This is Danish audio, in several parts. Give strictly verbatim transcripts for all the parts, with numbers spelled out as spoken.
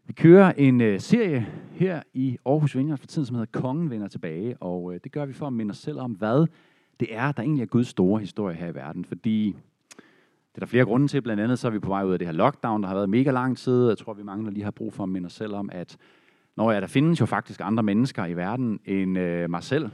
Vi kører en øh, serie her i Aarhus Vineyard for tiden, som hedder Kongen vender tilbage, og øh, det gør vi for at minde os selv om, hvad det er, der egentlig er Guds store historie her i verden, fordi det er der flere grunde til. Blandt andet så er vi på vej ud af det her lockdown, der har været mega lang tid. Jeg tror, vi mangler lige har brug for at minde os selv om, at når ja, der findes jo faktisk andre mennesker i verden end øh, mig selv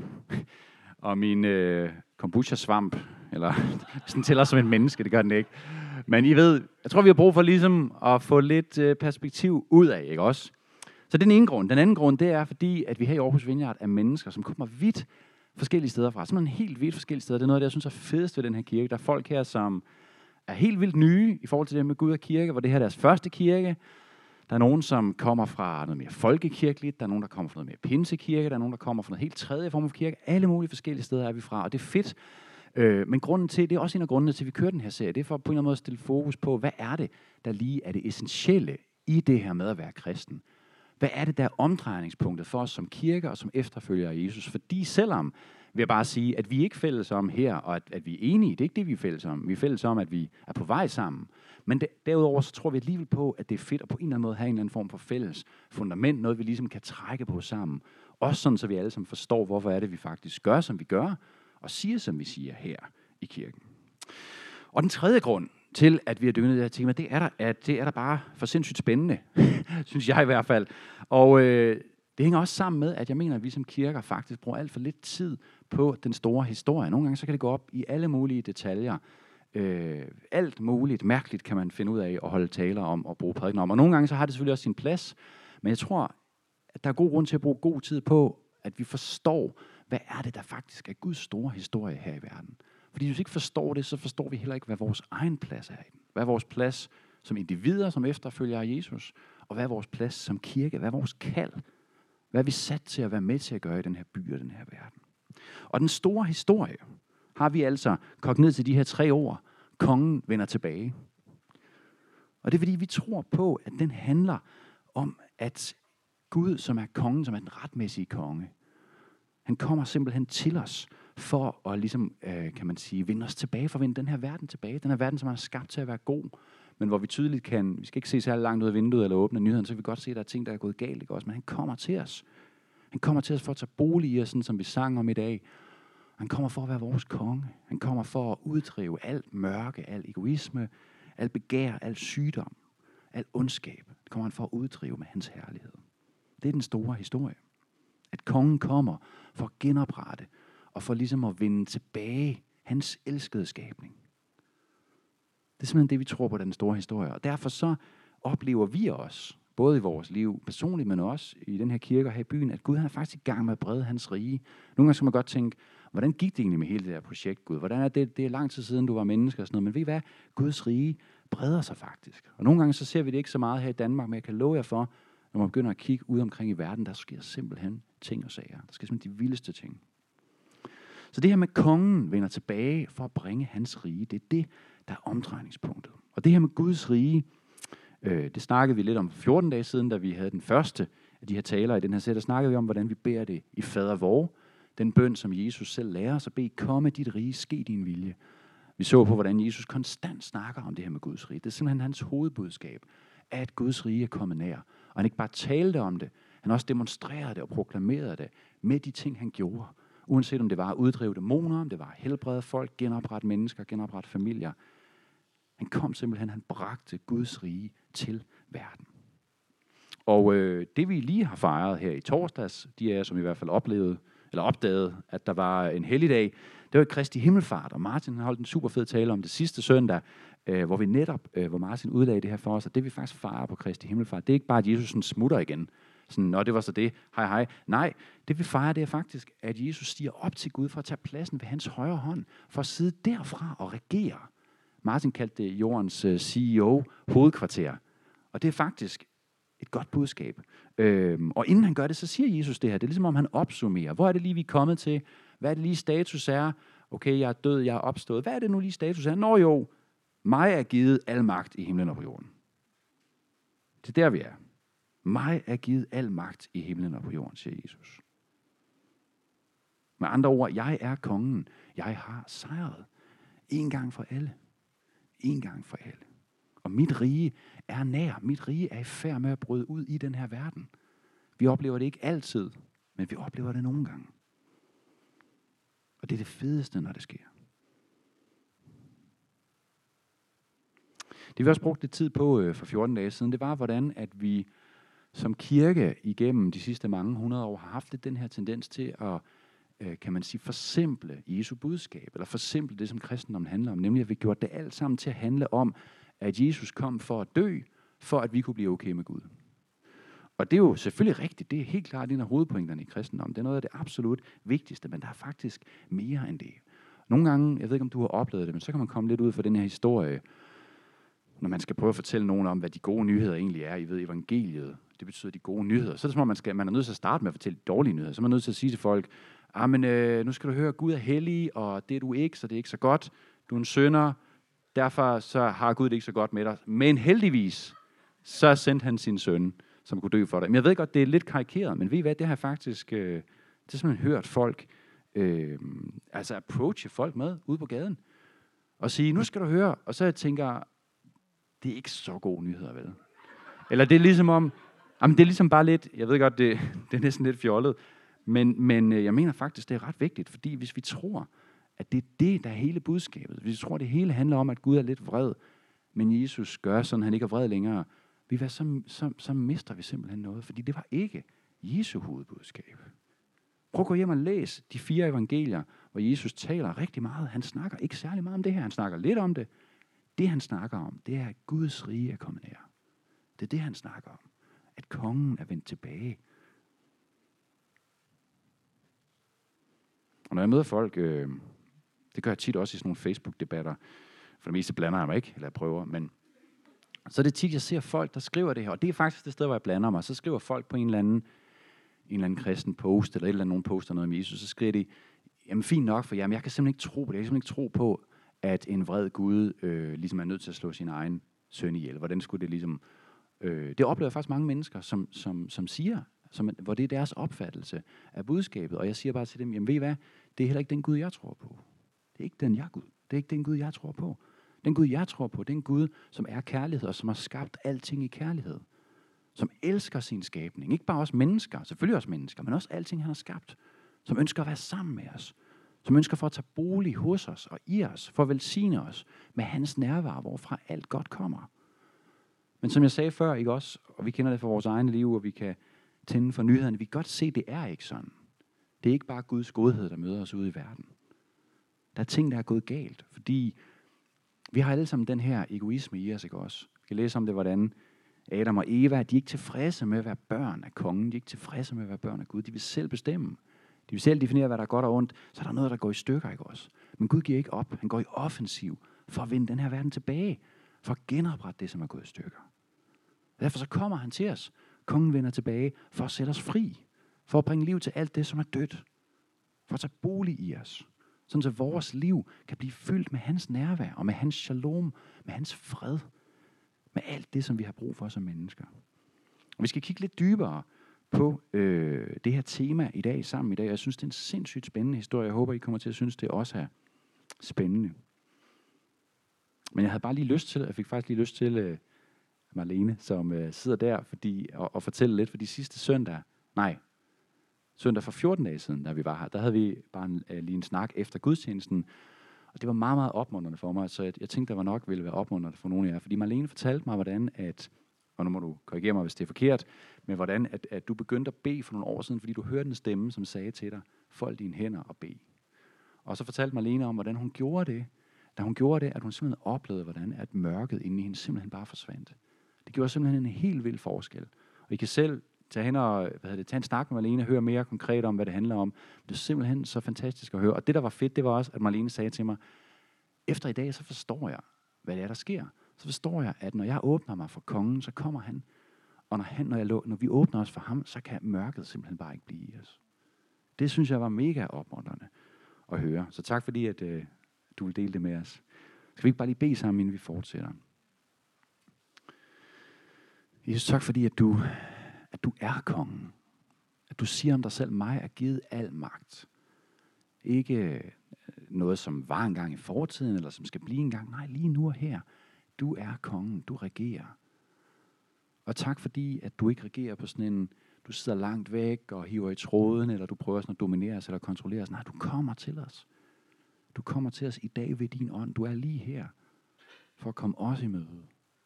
og min øh, kombucha-svamp, eller sådan tæller som en menneske, det gør den ikke. Men I ved, jeg tror, vi har brug for ligesom at få lidt øh, perspektiv ud af, ikke også? Så det er den ene grund. Den anden grund, det er fordi, at vi her i Aarhus Vineyard er mennesker, som kommer vidt forskellige steder fra. Simpelthen helt vidt forskellige steder. Det er noget af det, jeg synes er fedest ved den her kirke. Der er folk her, som er helt vildt nye i forhold til det med Gud og kirke, hvor det her er deres første kirke. Der er nogen, som kommer fra noget mere folkekirkeligt. Der er nogen, der kommer fra noget mere pinsekirke. Der er nogen, der kommer fra noget helt tredje form for kirke. Alle mulige forskellige steder er vi fra, og det er fedt. Øh, men grunden til, det er også en af grundene til, at vi kører den her serie. Det er for på en eller anden måde at stille fokus på, hvad er det, der lige er det essentielle i det her med at være kristen. Hvad er det, der er omdrejningspunktet for os som kirke og som efterfølgere af Jesus? Fordi selvom, vil jeg bare sige, at vi ikke er fælles om her, og at, at vi er enige, det er ikke det, vi er fælles om. Vi er fælles om, at vi er på vej sammen. Men det, derudover så tror vi alligevel på, at det er fedt at på en eller anden måde have en eller anden form for fælles fundament, noget vi ligesom kan trække på sammen. Også sådan, så vi alle sammen forstår, hvorfor er det, vi faktisk gør, som vi gør, og siger, som vi siger her i kirken. Og den tredje grund til, at vi har dykket ned i det her tema, det er der, at det er der bare for sindssygt spændende, synes jeg i hvert fald. Og øh, det hænger også sammen med, at jeg mener, at vi som kirker faktisk bruger alt for lidt tid på den store historie. Nogle gange så kan det gå op i alle mulige detaljer. Øh, alt muligt mærkeligt kan man finde ud af at holde taler om og bruge prædikener om. Og nogle gange så har det selvfølgelig også sin plads, men jeg tror, at der er god grund til at bruge god tid på, at vi forstår, hvad er det, der faktisk er Guds store historie her i verden. Fordi hvis vi ikke forstår det, så forstår vi heller ikke, hvad vores egen plads er i den. Hvad er vores plads som individer, som efterfølger af Jesus, og hvad er vores plads som kirke, hvad er vores kald, hvad er vi sat til at være med til at gøre i den her by og den her verden. Og den store historie har vi altså kogt ned til de her tre ord. Kongen vender tilbage. Og det er fordi, vi tror på, at den handler om, at Gud, som er kongen, som er den retmæssige konge, han kommer simpelthen til os for at ligesom, øh, kan man sige, vinde os tilbage, for at vinde den her verden tilbage. Den her verden, som er skabt til at være god, men hvor vi tydeligt kan, vi skal ikke se særlig langt ud af vinduet eller åbne nyheden, så kan vi godt se, at der er ting, der er gået galt, ikke også? Men han kommer til os. Han kommer til os for at tage bolig i os, sådan som vi sang om i dag. Han kommer for at være vores konge. Han kommer for at uddrive alt mørke, al egoisme, al begær, al sygdom, al ondskab. Det kommer han for at uddrive med hans herlighed. Det er den store historie. At kongen kommer for at genoprette og for ligesom at vinde tilbage hans elskede skabning. Det er simpelthen det, vi tror på, den store historie. Og derfor så oplever vi også, både i vores liv personligt, men også i den her kirke og her i byen, at Gud han er faktisk i gang med at brede hans rige. Nogle gange skal man godt tænke, hvordan gik det egentlig med hele det her projekt, Gud? Hvordan er det, det er lang tid siden, du var menneske og sådan noget. Men ved I hvad? Guds rige breder sig faktisk. Og nogle gange så ser vi det ikke så meget her i Danmark, men jeg kan love jer for, når man begynder at kigge ud omkring i verden, der sker simpelthen ting og sager. Der sker simpelthen de vildeste ting. Så det her med kongen vender tilbage for at bringe hans rige, det er det, der er omdrejningspunktet. Og det her med Guds rige, øh, det snakkede vi lidt om for fjorten dage siden, da vi havde den første af de her taler i den her serie. Der snakkede vi om, hvordan vi beder det i Fader vor. Den bøn, som Jesus selv lærer os at bede, komme dit rige, ske din vilje. Vi så på, hvordan Jesus konstant snakker om det her med Guds rige. Det er simpelthen hans hovedbudskab, at Guds rige er kommet nær. Og han ikke bare talte om det, han også demonstrerede det og proklamerede det med de ting, han gjorde. Uanset om det var at uddrive dæmoner, om det var at helbrede folk, genoprette mennesker, genoprette familier. Han kom simpelthen, han bragte Guds rige til verden. Og øh, det vi lige har fejret her i torsdags, de er som i hvert fald oplevede, eller opdagede, at der var en helligdag, det var Kristi Himmelfart, og Martin holdt en super fed tale om det sidste søndag, øh, hvor vi netop, øh, hvor Martin udlagde det her for os, og det vi faktisk fejrer på Kristi Himmelfart, det er ikke bare, at Jesus sådan smutter igen, sådan, nå, det var så det, hej hej. Nej, det vi fejrer, det er faktisk, at Jesus stiger op til Gud for at tage pladsen ved hans højre hånd, for at sidde derfra og regere. Martin kaldte det jordens uh, C E O, hovedkvarter, og det er faktisk et godt budskab. Øhm, og inden han gør det, så siger Jesus det her. Det er ligesom om han opsummerer. Hvor er det lige, vi er kommet til? Hvad er det lige status er? Okay, jeg er død, jeg er opstået. Hvad er det nu lige status er? Nå jo, mig er givet al magt i himlen og på jorden. Det er der, vi er. Mig er givet al magt i himlen og på jorden, siger Jesus. Med andre ord, jeg er kongen. Jeg har sejret. En gang for alle. En gang for alle. Og mit rige er nær. Mit rige er i færd med at bryde ud i den her verden. Vi oplever det ikke altid, men vi oplever det nogle gange. Og det er det fedeste, når det sker. Det vi også brugt lidt tid på øh, for fjorten dage siden, det var, hvordan at vi som kirke igennem de sidste mange hundrede år har haft lidt den her tendens til at, øh, kan man sige, forsimple Jesu budskab, eller forsimple det, som kristendommen handler om, nemlig at vi gjorde det alt sammen til at handle om, at Jesus kom for at dø, for at vi kunne blive okay med Gud. Og det er jo selvfølgelig rigtigt, det er helt klart en af hovedpointerne i kristendommen, det er noget af det absolut vigtigste, men der er faktisk mere end det. Nogle gange, jeg ved ikke om du har oplevet det, men så kan man komme lidt ud fra den her historie, når man skal prøve at fortælle nogen om, hvad de gode nyheder egentlig er. I ved, evangeliet, det betyder de gode nyheder. Så er det som om, man, skal, man er nødt til at starte med at fortælle dårlige nyheder. Så er man nødt til at sige til folk, ah, men, øh, nu skal du høre, Gud er hellig, og det er du ikke, så det er ikke så godt. Du er en synder, derfor så har Gud det ikke så godt med dig. Men heldigvis, så sendte han sin søn, som kunne dø for dig. Men jeg ved godt, det er lidt karikeret, men ved I hvad, det har faktisk, øh, det har simpelthen hørt folk, øh, altså approache folk med ude på gaden, og sige, nu skal du høre, og så jeg tænker, det er ikke så gode nyheder, vel? Eller det er ligesom om, jamen det er ligesom bare lidt, jeg ved godt, det, det er næsten lidt fjollet, men, men jeg mener faktisk, det er ret vigtigt, fordi hvis vi tror, at det er det, der er hele budskabet, hvis vi tror, det hele handler om, at Gud er lidt vred, men Jesus gør sådan, han ikke er vred længere, vi hvad, så, så, så mister vi simpelthen noget, fordi det var ikke Jesu hovedbudskab. Prøv at gå hjem og læs de fire evangelier, hvor Jesus taler rigtig meget. Han snakker ikke særlig meget om det her, han snakker lidt om det. Det han snakker om, det er, at Guds rige er kommet nær. Det er det, han snakker om. At kongen er vendt tilbage. Og når jeg møder folk, øh, det gør jeg tit også i sådan nogle Facebook-debatter, for det meste blander jeg mig ikke, eller jeg prøver, men så er det tit, jeg ser folk, der skriver det her, og det er faktisk det sted, hvor jeg blander mig. Så skriver folk på en eller anden, en eller anden kristen post, eller et eller andet, nogen poster noget om Jesus, så skriver de, jamen fint nok, for jamen, jeg kan simpelthen ikke tro på det. Jeg kan simpelthen ikke tro på, at en vred Gud øh, ligesom er nødt til at slå sin egen søn ihjel. Hvordan skulle det ligesom... Øh, det oplever faktisk mange mennesker, som, som, som siger, som, hvor det er deres opfattelse af budskabet. Og jeg siger bare til dem, jamen ved I hvad, det er heller ikke den Gud, jeg tror på. Det er ikke den, jeg Gud. Det er ikke den Gud, jeg tror på. Den Gud, jeg tror på, det er en Gud, som er kærlighed, og som har skabt alting i kærlighed. Som elsker sin skabning. Ikke bare os mennesker, selvfølgelig også mennesker, men også alting, han har skabt. Som ønsker at være sammen med os. Som ønsker for at tage bolig hos os og i os, for at velsigne os med hans nærvær, hvorfra alt godt kommer. Men som jeg sagde før, ikke også, og vi kender det fra vores egne liv, og vi kan tænde for nyhederne, vi kan godt se, at det er ikke sådan. Det er ikke bare Guds godhed, der møder os ude i verden. Der er ting, der er gået galt, fordi vi har alle sammen den her egoisme i os, ikke også? Vi kan læse om det, hvordan Adam og Eva, de er ikke tilfredse med at være børn af kongen, de er ikke tilfredse med at være børn af Gud, de vil selv bestemme. De vil selv definere, hvad der er godt og ondt, så er der noget, der går i stykker, ikke også? Men Gud giver ikke op. Han går i offensiv for at vinde den her verden tilbage. For at genoprette det, som er gået i stykker. Og derfor så kommer han til os. Kongen vender tilbage for at sætte os fri. For at bringe liv til alt det, som er dødt. For at tage bolig i os. Sådan så vores liv kan blive fyldt med hans nærvær og med hans shalom, med hans fred. Med alt det, som vi har brug for som mennesker. Og vi skal kigge lidt dybere på øh, det her tema i dag sammen i dag. Jeg synes, det er en sindssygt spændende historie. Jeg håber, I kommer til at synes, det også er spændende. Men jeg havde bare lige lyst til, jeg fik faktisk lige lyst til øh, Marlene, som øh, sidder der fordi, og, og fortælle lidt, for de sidste søndag, nej, søndag for fjorten dage siden, da vi var her, der havde vi bare en, øh, lige en snak efter gudstjenesten, og det var meget, meget opmuntrende for mig, så jeg, jeg tænkte, der var nok ville være opmuntrende for nogle af jer, fordi Marlene fortalte mig, hvordan at, og nu må du korrigere mig, hvis det er forkert, men hvordan at, at du begyndte at bede for nogle år siden, fordi du hørte en stemme, som sagde til dig, fold dine hænder og bed. Og så fortalte Marlene om, hvordan hun gjorde det, da hun gjorde det, at hun simpelthen oplevede, hvordan at mørket inde i hende simpelthen bare forsvandt. Det gjorde simpelthen en helt vild forskel. Og I kan selv tage hen og hvad hedder det, tage en snak med Marlene og høre mere konkret om, hvad det handler om. Det er simpelthen så fantastisk at høre. Og det, der var fedt, det var også, at Marlene sagde til mig, efter i dag, så forstår jeg, hvad det er, der sker. Så forstår jeg, at når jeg åbner mig for kongen, så kommer han. Og når, han, når, jeg, når vi åbner os for ham, så kan mørket simpelthen bare ikke blive i os. Det synes jeg var mega opmuntrende at høre. Så tak fordi, at øh, du vil dele det med os. Skal vi ikke bare lige bede sammen, inden vi fortsætter? Jesus, tak fordi, at du, at du er kongen. At du siger om dig selv, mig er givet al magt. Ikke noget, som var engang i fortiden, eller som skal blive engang. Nej, lige nu og her. Du er kongen. Du regerer. Og tak fordi, at du ikke regerer på sådan en, du sidder langt væk og hiver i tråden, eller du prøver sådan at dominere os eller kontrollere os. Nej, du kommer til os. Du kommer til os i dag ved din ånd. Du er lige her for at komme os i møde.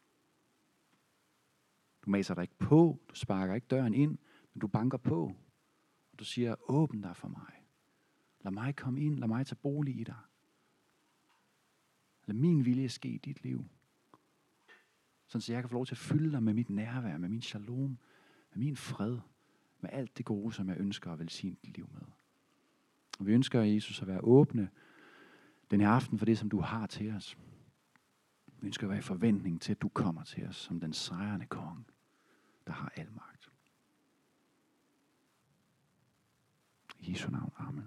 Du maser dig ikke på, du sparker ikke døren ind, men du banker på. Og du siger, åbn dig for mig. Lad mig komme ind, lad mig tage bolig i dig. Lad min vilje ske i dit liv. Sådan så jeg kan få lov til at fylde dig med mit nærvær, med min shalom, med min fred, med alt det gode, som jeg ønsker at velsigne dit liv med. Og vi ønsker, Jesus, at være åbne den her aften for det, som du har til os. Vi ønsker at være i forventning til, at du kommer til os som den sejrende konge, der har al magt. I Jesu navn. Amen.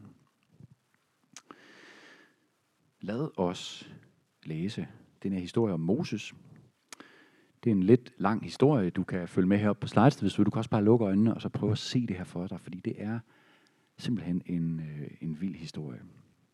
Lad os læse den her historie om Moses. Det er en lidt lang historie, du kan følge med heroppe på slides, hvis du, du kan også bare lukke øjnene og så prøve at se det her for dig, fordi det er simpelthen en, øh, en vild historie.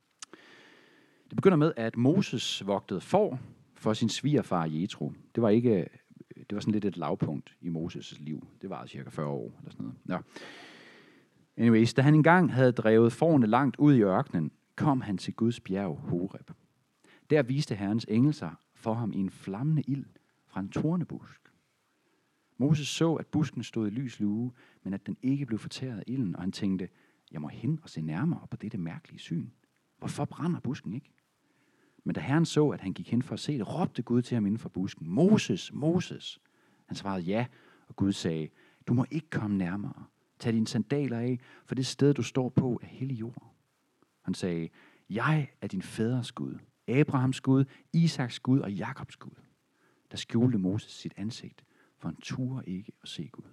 Det begynder med, at Moses vogtede får for sin svigerfar Jethro. Det var ikke, det var sådan lidt et lavpunkt i Moses' liv. Det var cirka fyrre år eller sådan noget. Ja. Anyways, da han engang havde drevet fårene langt ud i ørkenen, kom han til Guds bjerg Horeb. Der viste Herrens engel sig for ham i en flammende ild fra en tornebusk. Moses så, at busken stod i lys lue, men at den ikke blev fortæret af ilden, og han tænkte, jeg må hen og se nærmere på dette mærkelige syn. Hvorfor brænder busken ikke? Men da Herren så, at han gik hen for at se det, råbte Gud til ham inden for busken, Moses, Moses. Han svarede ja, og Gud sagde, du må ikke komme nærmere. Tag dine sandaler af, for det sted, du står på, er hellig jord. Han sagde, jeg er din faders Gud, Abrahams Gud, Isaks Gud og Jakobs Gud. Der skjulte Moses sit ansigt, for han turde ikke at se Gud.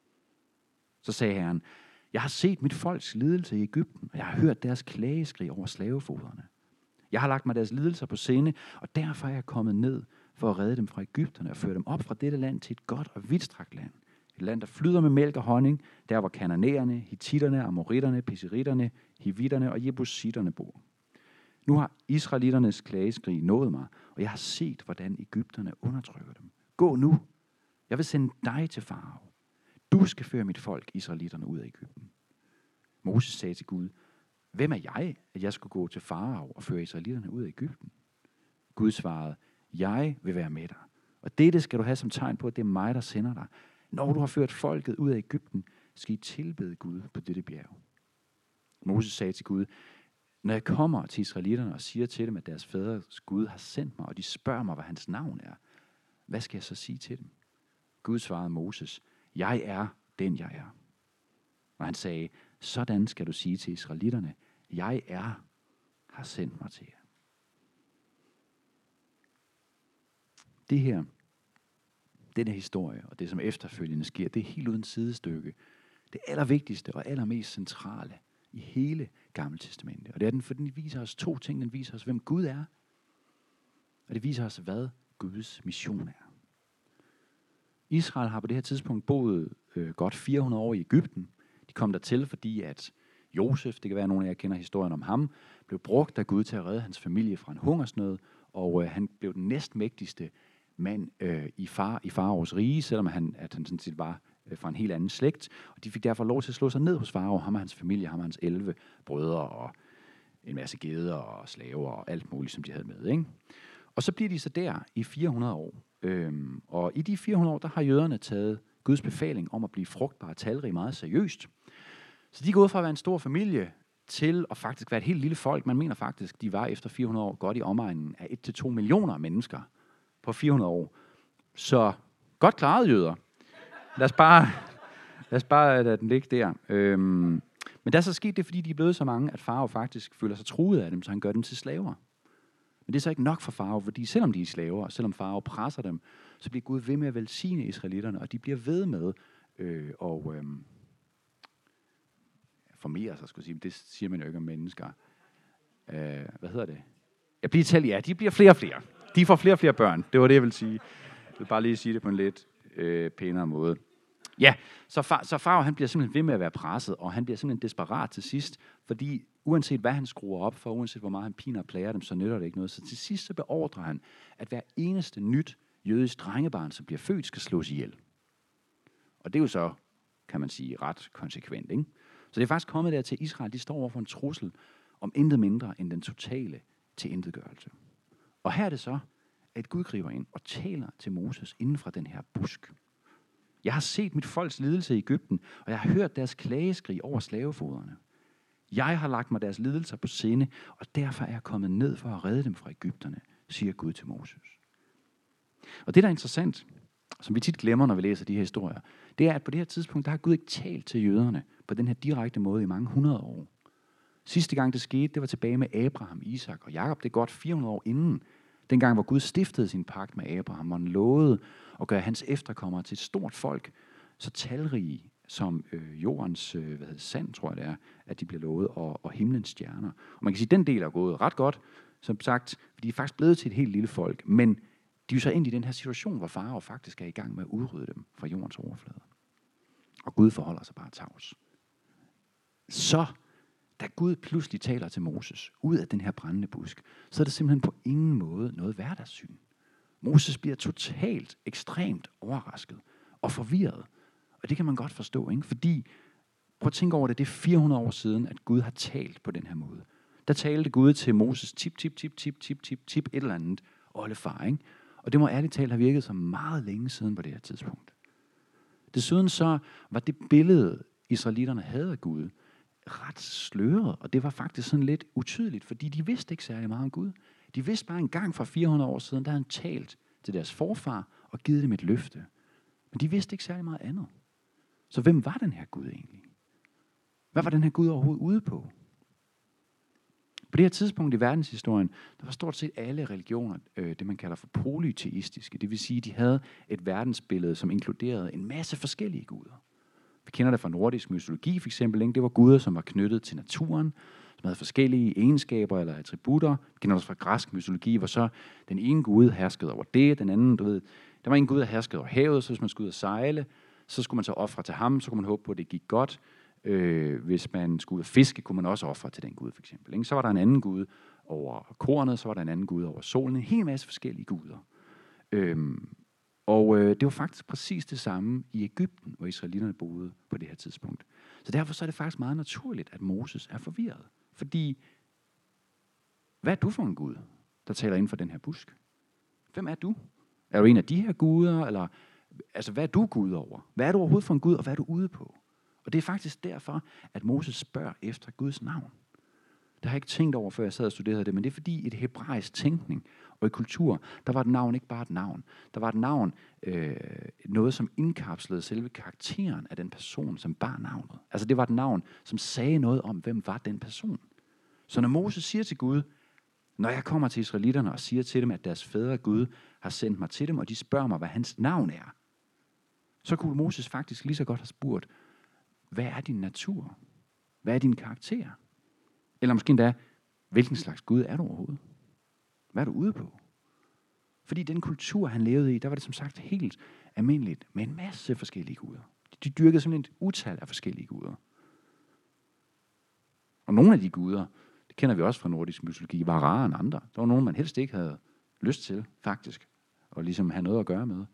Så sagde Herren, jeg har set mit folks lidelse i Egypten, og jeg har hørt deres klageskrig over slavefoderne. Jeg har lagt mig deres lidelser på sinde, og derfor er jeg kommet ned for at redde dem fra Egypterne og føre dem op fra dette land til et godt og vidtstrakt land. Et land, der flyder med mælk og honning, der hvor kananæerne, hittitterne, amoritterne, peseritterne, hivitterne og jebusitterne bor. Nu har israelitternes klageskrig nået mig, og jeg har set, hvordan Egypterne undertrykker dem. Gå nu. Jeg vil sende dig til farao. Du skal føre mit folk, israelitterne, ud af Egypten. Moses sagde til Gud, hvem er jeg, at jeg skulle gå til farao og føre israelitterne ud af Egypten? Gud svarede, jeg vil være med dig. Og dette skal du have som tegn på, at det er mig, der sender dig. Når du har ført folket ud af Egypten, skal I tilbede Gud på dette bjerg. Moses sagde til Gud, når jeg kommer til israelitterne og siger til dem, at deres faders Gud har sendt mig, og de spørger mig, hvad hans navn er, hvad skal jeg så sige til dem? Gud svarede Moses, jeg er den, jeg er. Og han sagde, sådan skal du sige til israelitterne, jeg er, har sendt mig til jer. Det her, den her historie, og det som efterfølgende sker, det er helt uden sidestykke. Det allervigtigste og allermest centrale i hele Gamle Testamente. Og det er den, for den viser os to ting. Den viser os, hvem Gud er, og det viser os, hvad Guds mission er. Israel har på det her tidspunkt boet øh, godt fire hundrede år i Egypten. De kom dertil, fordi at Josef, det kan være, at nogle af jer kender historien om ham, blev brugt af Gud til at redde hans familie fra en hungersnød, og øh, han blev den næstmægtigste mand øh, i, far, i faraos rige, selvom han, at han sådan set var øh, fra en helt anden slægt. Og de fik derfor lov til at slå sig ned hos farao, ham og hans familie, ham og hans elleve brødre og en masse geder og slaver og alt muligt, som de havde med. Ikke? Og så bliver de så der i fire hundrede år. Øhm, og i de fire hundrede år, der har jøderne taget Guds befaling om at blive frugtbare og talrige meget seriøst. Så de er gået fra at være en stor familie til at faktisk være et helt lille folk. Man mener faktisk, de var efter fire hundrede år godt i omegnen af et til to millioner mennesker på fire hundrede år. Så godt klaret, jøder. Lad os bare, lad os bare lade den ligge der. Øhm, men der er så sket det, fordi de er blevet så mange, at farao faktisk føler sig truet af dem, så han gør dem til slaver. Men det er så ikke nok for farao, fordi selvom de er slaver, selvom farao presser dem, så bliver Gud ved med at velsigne israelitterne, og de bliver ved med øh, og øh, formere sig, skulle jeg sige. Det siger man jo ikke om mennesker. Øh, hvad hedder det? Jeg bliver til, ja, de bliver flere og flere. De får flere og flere børn. Det var det, jeg ville sige. Jeg vil bare lige sige det på en lidt øh, pænere måde. Ja, så, far, så farao, han bliver simpelthen ved med at være presset, og han bliver simpelthen desperat til sidst, fordi uanset hvad han skruer op for, uanset hvor meget han piner og plager dem, så nytter det ikke noget. Så til sidst så beordrer han, at hver eneste nyt jødisk drengebarn, som bliver født, skal slås ihjel. Og det er jo så, kan man sige, ret konsekvent, ikke? Så det er faktisk kommet der til Israel, de står over for en trussel om intet mindre end den totale tilintetgørelse. Og her er det så, at Gud griber ind og taler til Moses inden fra den her busk. Jeg har set mit folks lidelse i Egypten, og jeg har hørt deres klageskrig over slavefoderne. Jeg har lagt mig deres lidelser på sinde, og derfor er jeg kommet ned for at redde dem fra Egypterne, siger Gud til Moses. Og det, der er interessant, som vi tit glemmer, når vi læser de her historier, det er, at på det her tidspunkt, der har Gud ikke talt til jøderne på den her direkte måde i mange hundrede år. Sidste gang det skete, det var tilbage med Abraham, Isak og Jakob. Det er godt fire hundrede år inden. Dengang, hvor Gud stiftede sin pagt med Abraham, og han lovede at gøre hans efterkommere til et stort folk, så talrige som øh, jordens øh, hvad hedder, sand, tror jeg det er, at de bliver lovet, og, og himlens stjerner. Og man kan sige, at den del er gået ret godt, som sagt, for de er faktisk blevet til et helt lille folk, men de er jo så ind i den her situation, hvor Farao faktisk er i gang med at udrydde dem fra jordens overflade. Og Gud forholder sig bare tavs. Så, da Gud pludselig taler til Moses ud af den her brændende busk, så er det simpelthen på ingen måde noget hverdagssyn. Moses bliver totalt, ekstremt overrasket og forvirret. Og det kan man godt forstå, ikke? Fordi, prøv at tænke over det, det er fire hundrede år siden, at Gud har talt på den her måde. Der talte Gud til Moses tip, tip, tip, tip, tip, tip, tip, et eller andet oldefar, ikke? Og det må ærligt talt have virket så meget længe siden på det her tidspunkt. Desuden så var det billede, israelitterne havde af Gud, ret sløret, og det var faktisk sådan lidt utydeligt, fordi de vidste ikke særlig meget om Gud. De vidste bare en gang for fire hundrede år siden, der havde han talt til deres forfar og givet dem et løfte. Men de vidste ikke særlig meget andet. Så hvem var den her Gud egentlig? Hvad var den her Gud overhovedet ude på? På det her tidspunkt i verdenshistorien, der var stort set alle religioner, øh, det man kalder for polyteistiske. Det vil sige, at de havde et verdensbillede, som inkluderede en masse forskellige guder. Vi kender det fra nordisk mytologi for eksempel. Ikke? Det var guder, som var knyttet til naturen, som havde forskellige egenskaber eller attributter. Vi kender det fra græsk mytologi, hvor så den ene gud herskede over det, den anden, du ved, der var en gud, der herskede over havet, så hvis man skulle ud og sejle, så skulle man så ofre til ham, så kunne man håbe på, at det gik godt. Øh, hvis man skulle ud og fiske, kunne man også ofre til den gud for eksempel. Ikke? Så var der en anden gud over kornet, så var der en anden gud over solen, en hel masse forskellige guder. Øhm, og øh, det var faktisk præcis det samme i Egypten, hvor israelitterne boede på det her tidspunkt. Så derfor så er det faktisk meget naturligt, at Moses er forvirret. Fordi, hvad er du for en gud, der taler inden for den her busk? Hvem er du? Er du en af de her guder, eller altså, hvad er du Gud over? Hvad er du overhovedet for en Gud, og hvad er du ude på? Og det er faktisk derfor, at Moses spørger efter Guds navn. Det har jeg ikke tænkt over, før jeg sad og studerede det, men det er fordi i det hebraisk tænkning og i kultur, der var et navn ikke bare et navn. Der var et navn, øh, noget som indkapslede selve karakteren af den person, som bar navnet. Altså det var et navn, som sagde noget om, hvem var den person. Så når Moses siger til Gud, når jeg kommer til israelitterne og siger til dem, at deres fædre Gud har sendt mig til dem, og de spørger mig, hvad hans navn er, så kunne Moses faktisk lige så godt have spurgt, hvad er din natur? Hvad er din karakter? Eller måske endda, hvilken slags Gud er du overhovedet? Hvad er du ude på? Fordi den kultur, han levede i, der var det som sagt helt almindeligt med en masse forskellige guder. De dyrkede simpelthen et utal af forskellige guder. Og nogle af de guder, det kender vi også fra nordisk mytologi, var rarere end andre. Der var nogen, man helst ikke havde lyst til, faktisk, og ligesom have noget at gøre med.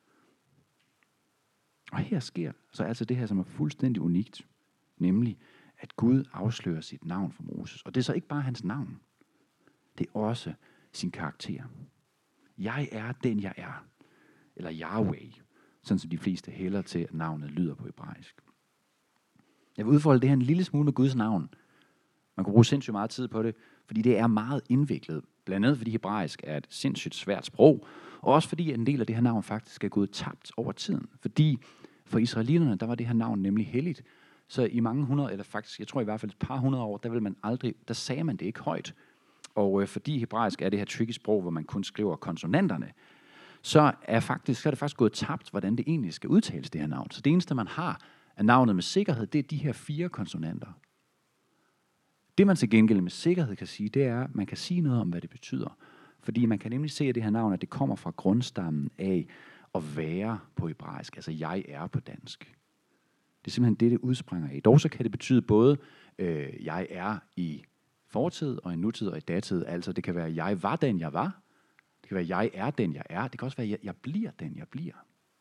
Og her sker så altså det her, som er fuldstændig unikt, nemlig at Gud afslører sit navn for Moses. Og det er så ikke bare hans navn, det er også sin karakter. Jeg er den, jeg er. Eller Yahweh, sådan som de fleste hælder til, at navnet lyder på hebraisk. Jeg vil udfolde det her en lille smule med Guds navn. Man kan bruge sindssygt meget tid på det, fordi det er meget indviklet. Blandt andet fordi hebraisk er et sindssygt svært sprog, og også fordi en del af det her navn faktisk er gået tabt over tiden. Fordi for israelitterne, der var det her navn nemlig helligt. Så i mange hundrede, eller faktisk, jeg tror i hvert fald et par hundrede år, der, vil man aldrig, der sagde man det ikke højt. Og øh, fordi hebraisk er det her tricky sprog, hvor man kun skriver konsonanterne, så er, faktisk, så er det faktisk gået tabt, hvordan det egentlig skal udtales, det her navn. Så det eneste, man har af navnet med sikkerhed, det er de her fire konsonanter. Det man til gengæld med sikkerhed kan sige, det er, at man kan sige noget om, hvad det betyder. Fordi man kan nemlig se, at det her navn, at det kommer fra grundstammen af at være på hebraisk, altså jeg er på dansk. Det er simpelthen det, det udspringer af. Dog så kan det betyde både, øh, jeg er i fortid og i nutid og i datid. Altså det kan være, jeg var den, jeg var. Det kan være, jeg er den, jeg er. Det kan også være, jeg, jeg bliver den, jeg bliver.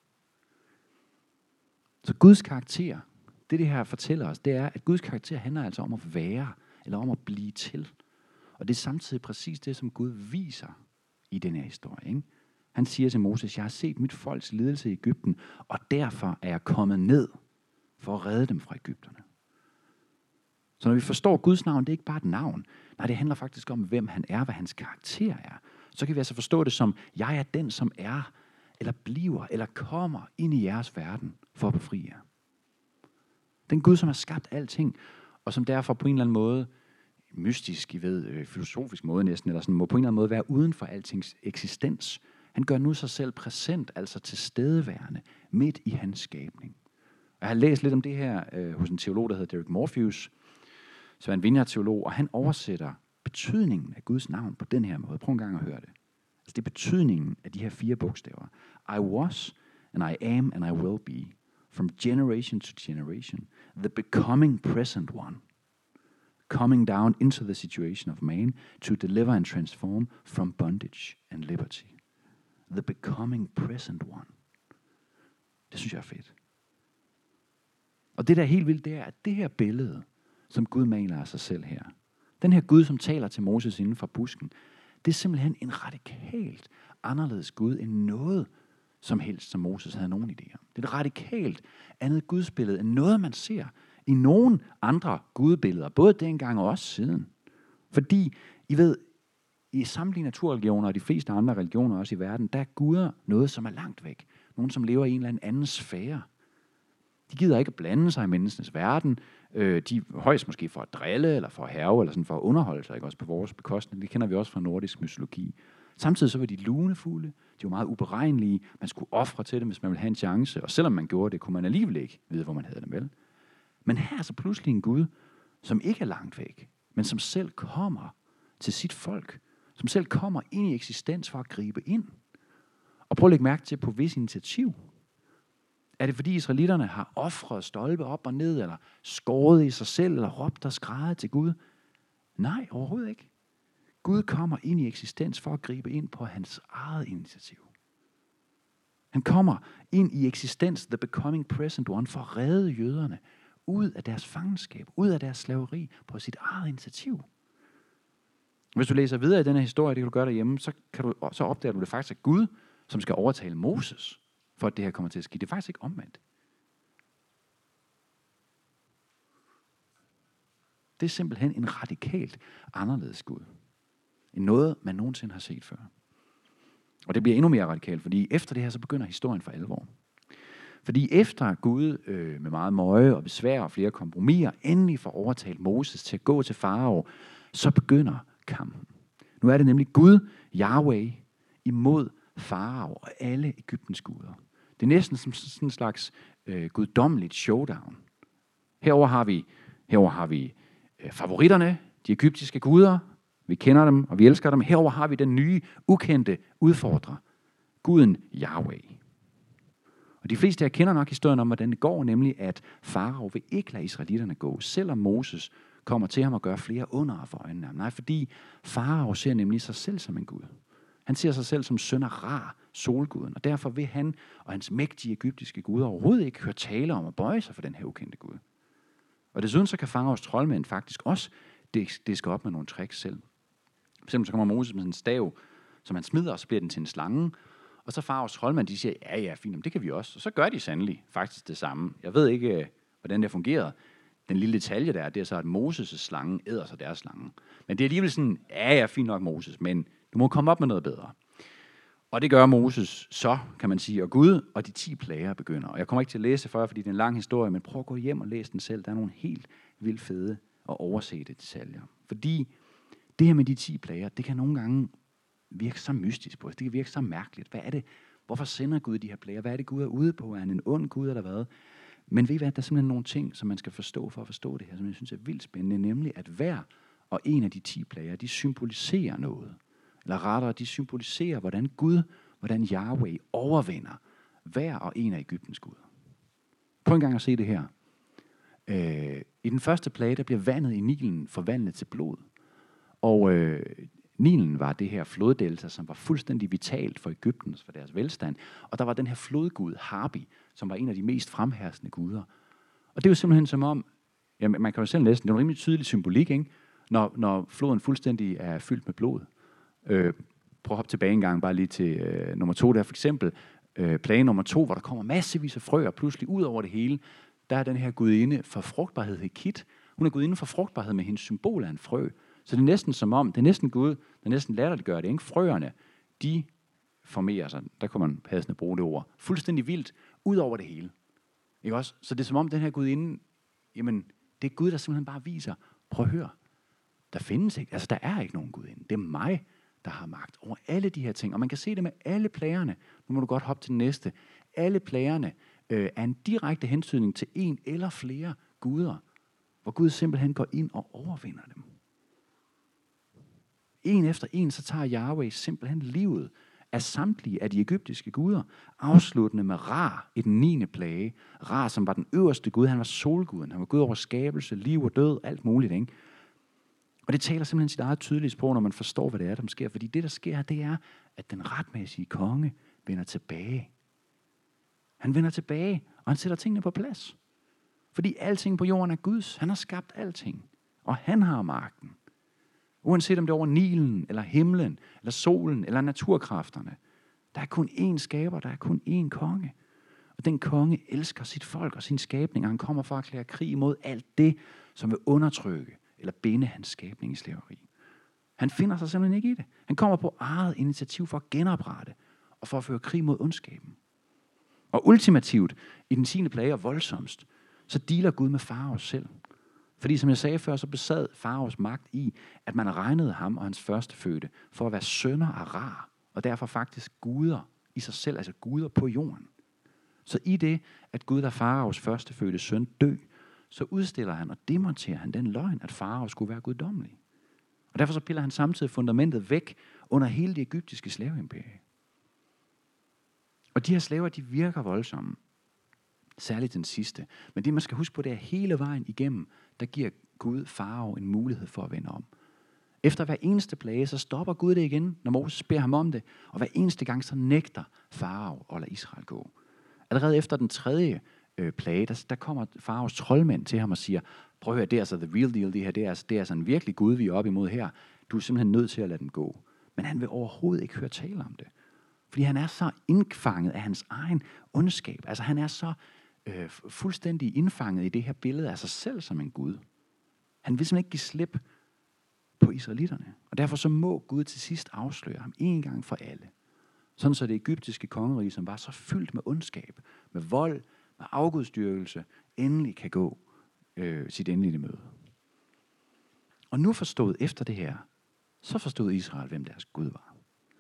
Så Guds karakter, det det her fortæller os, det er, at Guds karakter handler altså om at være, eller om at blive til. Og det er samtidig præcis det, som Gud viser i den her historie. Ikke? Han siger til Moses, jeg har set mit folks lidelse i Egypten, og derfor er jeg kommet ned for at redde dem fra Egypterne. Så når vi forstår Guds navn, det er ikke bare et navn. Nej, det handler faktisk om, hvem han er, hvad hans karakter er. Så kan vi altså forstå det som, jeg er den, som er, eller bliver, eller kommer ind i jeres verden for at befri jer. Den Gud, som har skabt alting, og som derfor på en eller anden måde, mystisk, I ved, filosofisk måde næsten, eller sådan, må på en eller anden måde være uden for altings eksistens. Han gør nu sig selv præsent, altså tilstedeværende, midt i hans skabning. Jeg har læst lidt om det her øh, hos en teolog, der hedder Derek Morpheus, som er en vineyard-teolog, og han oversætter betydningen af Guds navn på den her måde. Prøv en gang at høre det. Altså det er betydningen af de her fire bogstaver. I was, and I am, and I will be, from generation to generation, the becoming present one, coming down into the situation of man to deliver and transform from bondage and liberty. The becoming present one. Det synes jeg er fedt. Og det der er helt vildt, det er, at det her billede, som Gud maler af sig selv her, den her Gud, som taler til Moses inden for busken, det er simpelthen en radikalt anderledes Gud end noget som helst, som Moses havde nogen idé om. Det er et radikalt andet gudsbillede end noget, man ser i nogen andre gudbilleder, både dengang og også siden. Fordi, I ved, i samtlige naturreligioner og de fleste andre religioner også i verden, der er guder noget, som er langt væk. Nogen, som lever i en eller anden sfære. De gider ikke at blande sig i menneskenes verden. Øh, de højst måske for at drille, eller for at hærge, eller sådan for at underholde sig, ikke? Også på vores bekostning. Det kender vi også fra nordisk mytologi. Samtidig så var de lunefulde. De var meget uberegnelige. Man skulle ofre til dem, hvis man ville have en chance. Og selvom man gjorde det, kunne man alligevel ikke vide, hvor man havde dem vel. Men her er så pludselig en Gud, som ikke er langt væk, men som selv kommer til sit folk. Som selv kommer ind i eksistens for at gribe ind. Og prøv at lægge mærke til på vis initiativ. Er det fordi israelitterne har ofret stolpe op og ned, eller skåret i sig selv, eller råbt og skrædet til Gud? Nej, overhovedet ikke. Gud kommer ind i eksistens for at gribe ind på hans eget initiativ. Han kommer ind i eksistens, the becoming present one, for at redde jøderne ud af deres fangenskab, ud af deres slaveri på sit eget initiativ. Hvis du læser videre i denne historie, det kan du gøre derhjemme, så, kan du, så opdager du det faktisk af Gud, som skal overtale Moses, for at det her kommer til at ske. Det er faktisk ikke omvendt. Det er simpelthen en radikalt anderledes Gud, end noget, man nogensinde har set før. Og det bliver endnu mere radikalt, fordi efter det her, så begynder historien for alvor. Fordi efter Gud øh, med meget møje og besvær og flere kompromiser endelig får overtalt Moses til at gå til farao, så begynder kampen. Nu er det nemlig Gud, Yahweh, imod farao og alle Egyptens guder. Det er næsten som sådan en slags øh, guddommeligt showdown. Herover har vi, herover har vi øh, favoritterne, de egyptiske guder. Vi kender dem, og vi elsker dem. Herover har vi den nye, ukendte udfordrer. Guden Yahweh. Og de fleste her kender nok historien om, hvordan det går, nemlig at farao vil ikke lade israelitterne gå, selvom Moses kommer til ham og gør flere under for øjnene. Nej, fordi farao ser nemlig sig selv som en gud. Han ser sig selv som søn af Ra, solguden, og derfor vil han og hans mægtige egyptiske guder overhovedet ikke høre tale om at bøje sig for den her ukendte gud. Og desuden så kan faraos troldmænd faktisk også diske op med nogle tricks selv. For eksempel så kommer Moses med en stav, som han smider, og så bliver den til en slange. Og så faraos troldmænd, de siger, ja, ja, fint, det kan vi også. Og så gør de sandelig faktisk det samme. Jeg ved ikke, hvordan det fungerer. Den lille detalje der, det er så, at Moses' slange æder sig deres slange. Men det er alligevel sådan, ja, ja, fint nok Moses, men du må komme op med noget bedre. Og det gør Moses så, kan man sige, og Gud og de ti plager begynder. Og jeg kommer ikke til at læse for jer, fordi det er en lang historie, men prøv at gå hjem og læse den selv. Der er nogle helt vildt fede og oversete detaljer. Fordi det her med de ti plager, det kan nogle gange virke så mystisk på os. Det kan virke så mærkeligt. Hvad er det? Hvorfor sender Gud de her plager? Hvad er det, Gud er ude på? Er han en ond Gud eller hvad? Men ved I hvad? Der er simpelthen nogle ting, som man skal forstå for at forstå det her, som jeg synes er vildt spændende. Nemlig at hver og en af de ti plager, de symboliserer noget. Eller rettere, de symboliserer, hvordan Gud, hvordan Yahweh overvinder hver og en af Egyptens guder. Prøv en gang at se det her. Øh, I den første plage, der bliver vandet i Nilen forvandlet til blod. Og øh, Nilen var det her floddelta, som var fuldstændig vitalt for Egyptens, for deres velstand. Og der var den her flodgud, Hapi, som var en af de mest fremherskende guder. Og det er jo simpelthen som om, ja, man kan jo selv næsten, det er en rimelig tydelig symbolik, ikke? Når, når floden fuldstændig er fyldt med blod. Øh, prøv at hoppe tilbage en gang, bare lige til øh, nummer to der, for eksempel øh, plage nummer to, hvor der kommer massevis af frøer pludselig ud over det hele. Der er den her gudinde for frugtbarhed, Hekit. Hun er gudinde for frugtbarhed med hendes symbol af en frø. Så det er næsten som om, det er næsten Gud, det er næsten latterliggør det, ikke? Frøerne, de formerer sig, der kunne man passende bruge det ord, fuldstændig vildt, ud over det hele. Ikke også? Så det er som om, den her gudinde, jamen, det er Gud, der simpelthen bare viser, prøv at høre, der findes ikke, altså der er ikke nogen gudinde, det er mig, der har magt over alle de her ting, og man kan se det med alle plagerne. Nu må du godt hoppe til den næste. Alle plagerne øh, er en direkte hentydning til en eller flere guder, hvor Gud simpelthen går ind og overvinder dem. En efter en, så tager Yahweh simpelthen livet af samtlige af de egyptiske guder, afsluttende med Ra i den niende plage. Ra, som var den øverste gud, han var solguden, han var gud over skabelse, liv og død, alt muligt, ikke? Og det taler simpelthen sit eget tydelige sprog, når man forstår, hvad det er, der sker. Fordi det, der sker, det er, at den retmæssige konge vender tilbage. Han vender tilbage, og han sætter tingene på plads. Fordi alting på jorden er Guds. Han har skabt alting, og han har magten. Uanset om det er over Nilen, eller himlen, eller solen, eller naturkræfterne. Der er kun én skaber, der er kun én konge. Og den konge elsker sit folk og sin skabning, og han kommer for at erklære krig imod alt det, som vil undertrykke eller binde hans skabning i slaveri. Han finder sig simpelthen ikke i det. Han kommer på eget initiativ for at genoprette og for at føre krig mod ondskaben. Og ultimativt, i den tiende plage og voldsomst, så dealer Gud med Faraos selv. Fordi som jeg sagde før, så besad Faraos magt i, at man regnede ham og hans førstefødte for at være sønner af Ra, og derfor faktisk guder i sig selv, altså guder på jorden. Så i det, at Gud lader Faraos førstefødte søn dø, så udstiller han og demonterer han den løgn, at Farao skulle være guddommelig. Og derfor så piller han samtidig fundamentet væk under hele det egyptiske slaveimperie. Og de her slaver, de virker voldsomme. Særligt den sidste. Men det man skal huske på, det er hele vejen igennem, der giver Gud Farao en mulighed for at vende om. Efter hver eneste plage, så stopper Gud det igen, når Moses beder ham om det. Og hver eneste gang, så nægter Farao at lade Israel gå. Allerede efter den tredje øh, plage, der, der kommer Faraos troldmænd til ham og siger, prøv at høre, det er altså the real deal, det her, det er, altså, det er altså en virkelig Gud, vi er oppe imod her. Du er simpelthen nødt til at lade den gå. Men han vil overhovedet ikke høre tale om det. Fordi han er så indfanget af hans egen ondskab. Altså han er så øh, fuldstændig indfanget i det her billede af sig selv som en Gud. Han vil simpelthen ikke give slip på israelitterne. Og derfor så må Gud til sidst afsløre ham en gang for alle. Sådan så det egyptiske kongerige, som var så fyldt med ondskab, med vold, med afgudstyrkelse, endelig kan gå øh, sit endelige møde. Og nu forstået efter det her, så forstod Israel, hvem deres Gud var.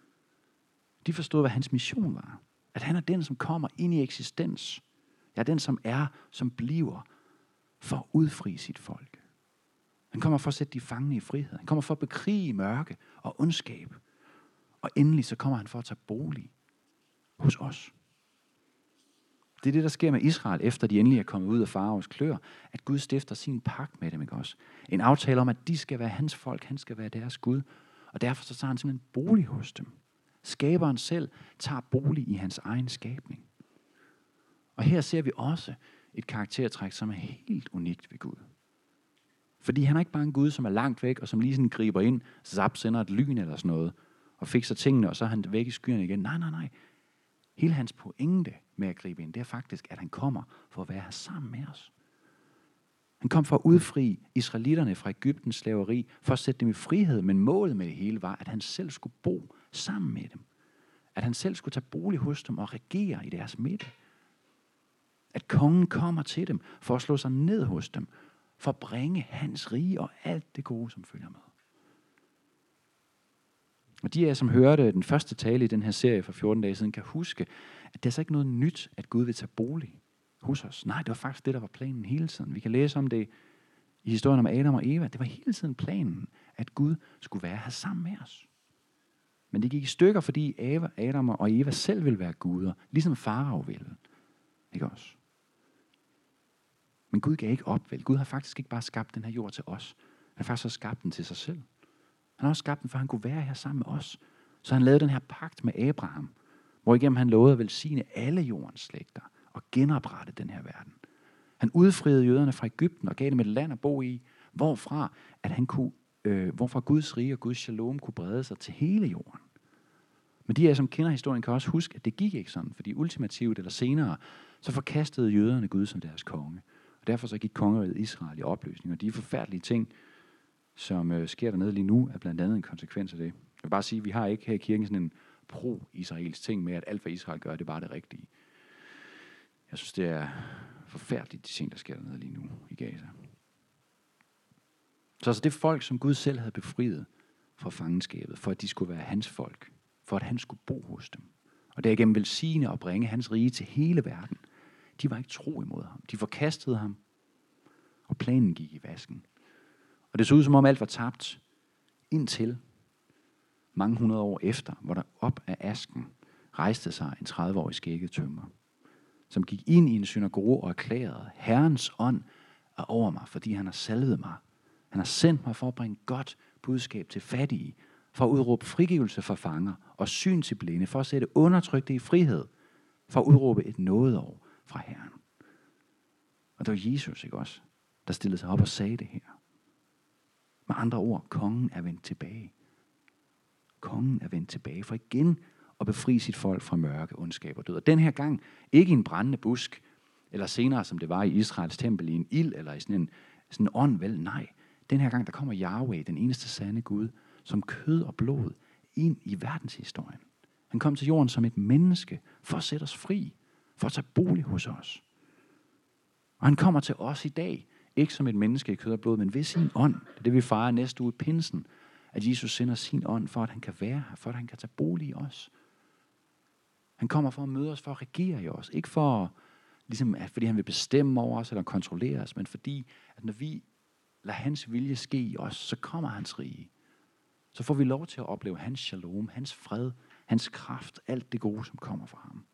De forstod, hvad hans mission var. At han er den, som kommer ind i eksistens. Ja, den, som er, som bliver, for at udfri sit folk. Han kommer for at sætte de fangne i frihed. Han kommer for at bekrige mørke og ondskab. Og endelig så kommer han for at tage bolig hos os. Det er det, der sker med Israel, efter de endelig er kommet ud af Faraos klør, at Gud stifter sin pagt med dem, ikke også? En aftale om, at de skal være hans folk, han skal være deres Gud. Og derfor så tager han simpelthen bolig hos dem. Skaberen selv tager bolig i hans egen skabning. Og her ser vi også et karaktertræk, som er helt unikt ved Gud. Fordi han er ikke bare en Gud, som er langt væk, og som lige sådan griber ind, zap, sender et lyn eller sådan noget, og fikser tingene, og så er han væk i skyerne igen. Nej, nej, nej. Hele hans pointe med at gribe ind, det er faktisk, at han kommer for at være her sammen med os. Han kom for at udfri israelitterne fra Egyptens slaveri, for at sætte dem i frihed, men målet med det hele var, at han selv skulle bo sammen med dem. At han selv skulle tage bolig hos dem og regere i deres midte. At kongen kommer til dem for at slå sig ned hos dem, for at bringe hans rige og alt det gode, som følger med. Og de af jer, som hørte den første tale i den her serie for fjorten dage siden, kan huske, at det er så ikke noget nyt, at Gud vil tage bolig hos os. Nej, det var faktisk det, der var planen hele tiden. Vi kan læse om det i historien om Adam og Eva. Det var hele tiden planen, at Gud skulle være her sammen med os. Men det gik i stykker, fordi Adam og Eva selv ville være guder, ligesom Farao ville. Ikke også? Men Gud gav ikke op, vel? Gud har faktisk ikke bare skabt den her jord til os. Han har faktisk også skabt den til sig selv. Han har også skabt den, for han kunne være her sammen med os. Så han lavede den her pagt med Abraham, hvor igennem han lovede at velsigne alle jordens slægter og genoprette den her verden. Han udfriede jøderne fra Egypten og gav dem et land at bo i, hvorfra, at han kunne, øh, hvorfra Guds rige og Guds shalom kunne brede sig til hele jorden. Men de af jer, som kender historien, kan også huske, at det gik ikke sådan, fordi ultimativt eller senere, så forkastede jøderne Gud som deres konge. Og derfor så gik kongeriget Israel i opløsning, og de forfærdelige ting, som øh, sker dernede lige nu, er blandt andet en konsekvens af det. Jeg vil bare sige, at vi har ikke her i kirken sådan en pro-israelsk ting med, at alt hvad Israel gør, det er bare det rigtige. Jeg synes, det er forfærdeligt, de ting, der sker dernede lige nu i Gaza. Så altså det folk, som Gud selv havde befriet fra fangenskabet, for at de skulle være hans folk, for at han skulle bo hos dem, og derigennem velsigne og bringe hans rige til hele verden, de var ikke tro imod ham. De forkastede ham, og planen gik i vasken. Og det så ud, som om alt var tabt, indtil mange hundrede år efter, hvor der op af asken rejste sig en tredive-årig skægget tømrer, som gik ind i en synagoge og erklærede, Herrens ånd er over mig, fordi han har salvet mig. Han har sendt mig for at bringe godt budskab til fattige, for at udråbe frigivelse for fanger og syn til blinde, for at sætte undertrykte i frihed, for at udråbe et nådeår fra Herren. Og det var Jesus, ikke også, der stillede sig op og sagde det her. Med andre ord, kongen er vendt tilbage. Kongen er vendt tilbage for igen at befri sit folk fra mørke, ondskab og død. Og den her gang ikke i en brændende busk, eller senere, som det var i Israels tempel, i en ild, eller i sådan en, sådan en ånd, vel? Nej, den her gang, der kommer Yahweh, den eneste sande Gud, som kød og blod, ind i verdenshistorien. Han kom til jorden som et menneske, for at sætte os fri, for at tage bolig hos os. Og han kommer til os i dag, ikke som et menneske i kød og blod, men ved sin ånd. Det er det, vi fejrer næste uge i pinsen, at Jesus sender sin ånd, for at han kan være her, for at han kan tage bolig i os. Han kommer for at møde os, for at regere i os. Ikke for, ligesom, at, fordi han vil bestemme over os, eller kontrollere os, men fordi, at når vi lader hans vilje ske i os, så kommer hans rige. Så får vi lov til at opleve hans shalom, hans fred, hans kraft, alt det gode, som kommer fra ham.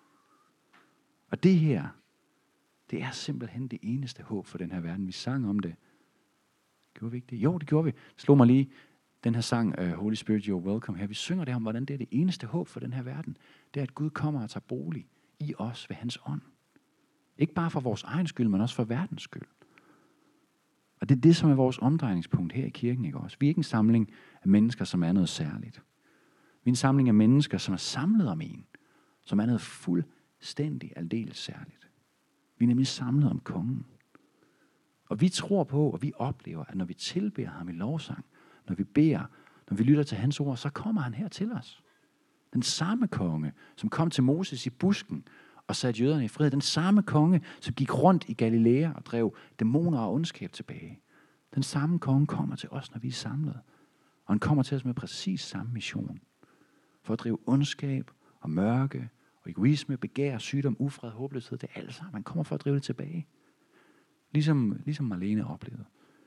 Og det her, det er simpelthen det eneste håb for den her verden. Vi sang om det. Gjorde vi ikke det? Jo, det gjorde vi. Det slog mig lige, den her sang, uh, Holy Spirit, You're Welcome her. Vi synger det om, hvordan det er det eneste håb for den her verden. Det er, at Gud kommer og tager bolig i os ved hans ånd. Ikke bare for vores egen skyld, men også for verdens skyld. Og det er det, som er vores omdrejningspunkt her i kirken, ikke også? Vi er ikke en samling af mennesker, som er noget særligt. Vi er en samling af mennesker, som er samlet om en, som er noget fuldstændig aldeles særligt. Vi er nemlig samlet om kongen. Og vi tror på, og vi oplever, at når vi tilbeder ham i lovsang, når vi beder, når vi lytter til hans ord, så kommer han her til os. Den samme konge, som kom til Moses i busken og satte jøderne i frihed. Den samme konge, som gik rundt i Galilea og drev dæmoner og ondskab tilbage. Den samme konge kommer til os, når vi er samlet. Og han kommer til os med præcis samme mission. For at drive ondskab og mørke og egoisme, begær, sygdom, ufred, håbløshed. Det er alt sammen. Han kommer for at drive det tilbage. Ligesom, ligesom Marlene oplevede.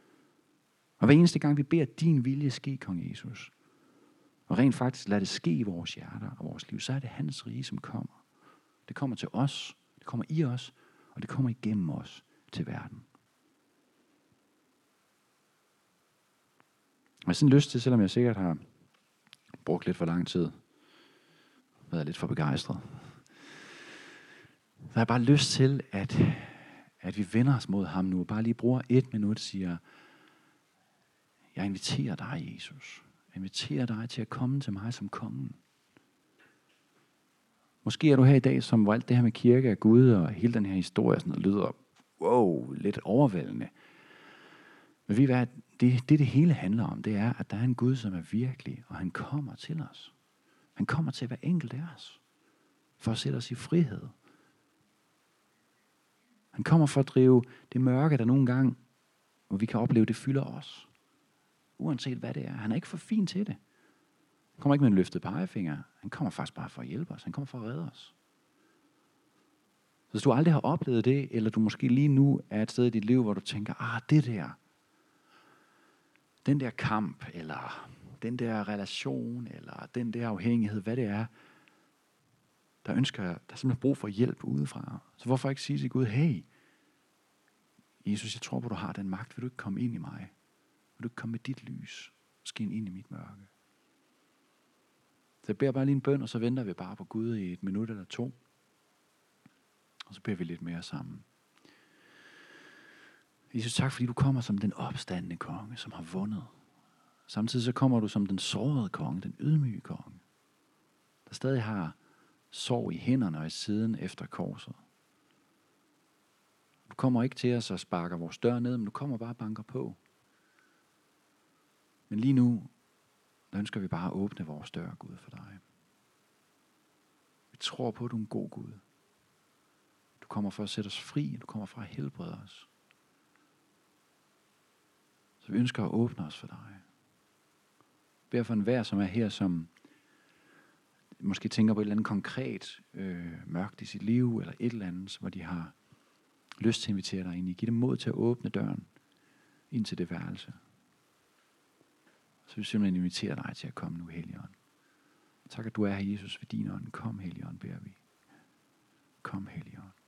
Og hver eneste gang vi beder din vilje ske, kong Jesus, og rent faktisk lad det ske i vores hjerter og vores liv, så er det hans rige, som kommer. Det kommer til os, det kommer i os, og det kommer igennem os til verden. Og jeg har sådan lyst til, selvom jeg sikkert har brugt lidt for lang tid, været lidt for begejstret, så har jeg bare lyst til, at, at vi vender os mod ham nu, og bare lige bruger et minut og siger, jeg inviterer dig, Jesus. Jeg inviterer dig til at komme til mig som kongen. Måske er du her i dag, som hvor alt det her med kirke og Gud og hele den her historie sådan noget, lyder wow, lidt overvældende. Men ved I hvad, det, det det hele handler om, det er, at der er en Gud, som er virkelig, og han kommer til os. Han kommer til hver enkelt af os, for at sætte os i frihed. Han kommer for at drive det mørke, der nogle gange, hvor vi kan opleve, det fylder os. Uanset hvad det er. Han er ikke for fin til det. Han kommer ikke med en løftet pegefinger. Han kommer faktisk bare for at hjælpe os. Han kommer for at redde os. Så hvis du aldrig har oplevet det, eller du måske lige nu er et sted i dit liv, hvor du tænker, ah, det der, den der kamp, eller den der relation, eller den der afhængighed, hvad det er, der ønsker, der er simpelthen brug for hjælp udefra. Så hvorfor ikke sige til Gud, hey, Jesus, jeg tror på, du har den magt. Vil du ikke komme ind i mig? Vil du ikke komme med dit lys? Skin ind i mit mørke. Så jeg beder bare lige en bøn, og så venter vi bare på Gud i et minut eller to. Og så beder vi lidt mere sammen. Jesus, tak fordi du kommer som den opstandne konge, som har vundet. Samtidig så kommer du som den sårede konge, den ydmyge konge, der stadig har sorg i hænderne og i siden efter korset. Du kommer ikke til os og sparker vores dør ned, men du kommer bare og banker på. Men lige nu, der ønsker vi bare at åbne vores dør, Gud, for dig. Vi tror på, at du er en god Gud. Du kommer for at sætte os fri, du kommer for at helbrede os. Så vi ønsker at åbne os for dig. Bær for enhver, som er her, som måske tænker på et eller andet konkret øh, mørkt i sit liv, eller et eller andet, hvor de har lyst til at invitere dig ind i. Giv dem mod til at åbne døren ind til det værelse. Så vi simpelthen inviterer dig til at komme nu, Helligånd. Tak, at du er her, Jesus, ved din ånd. Kom, Helligånd, beder vi. Kom, Helligånd.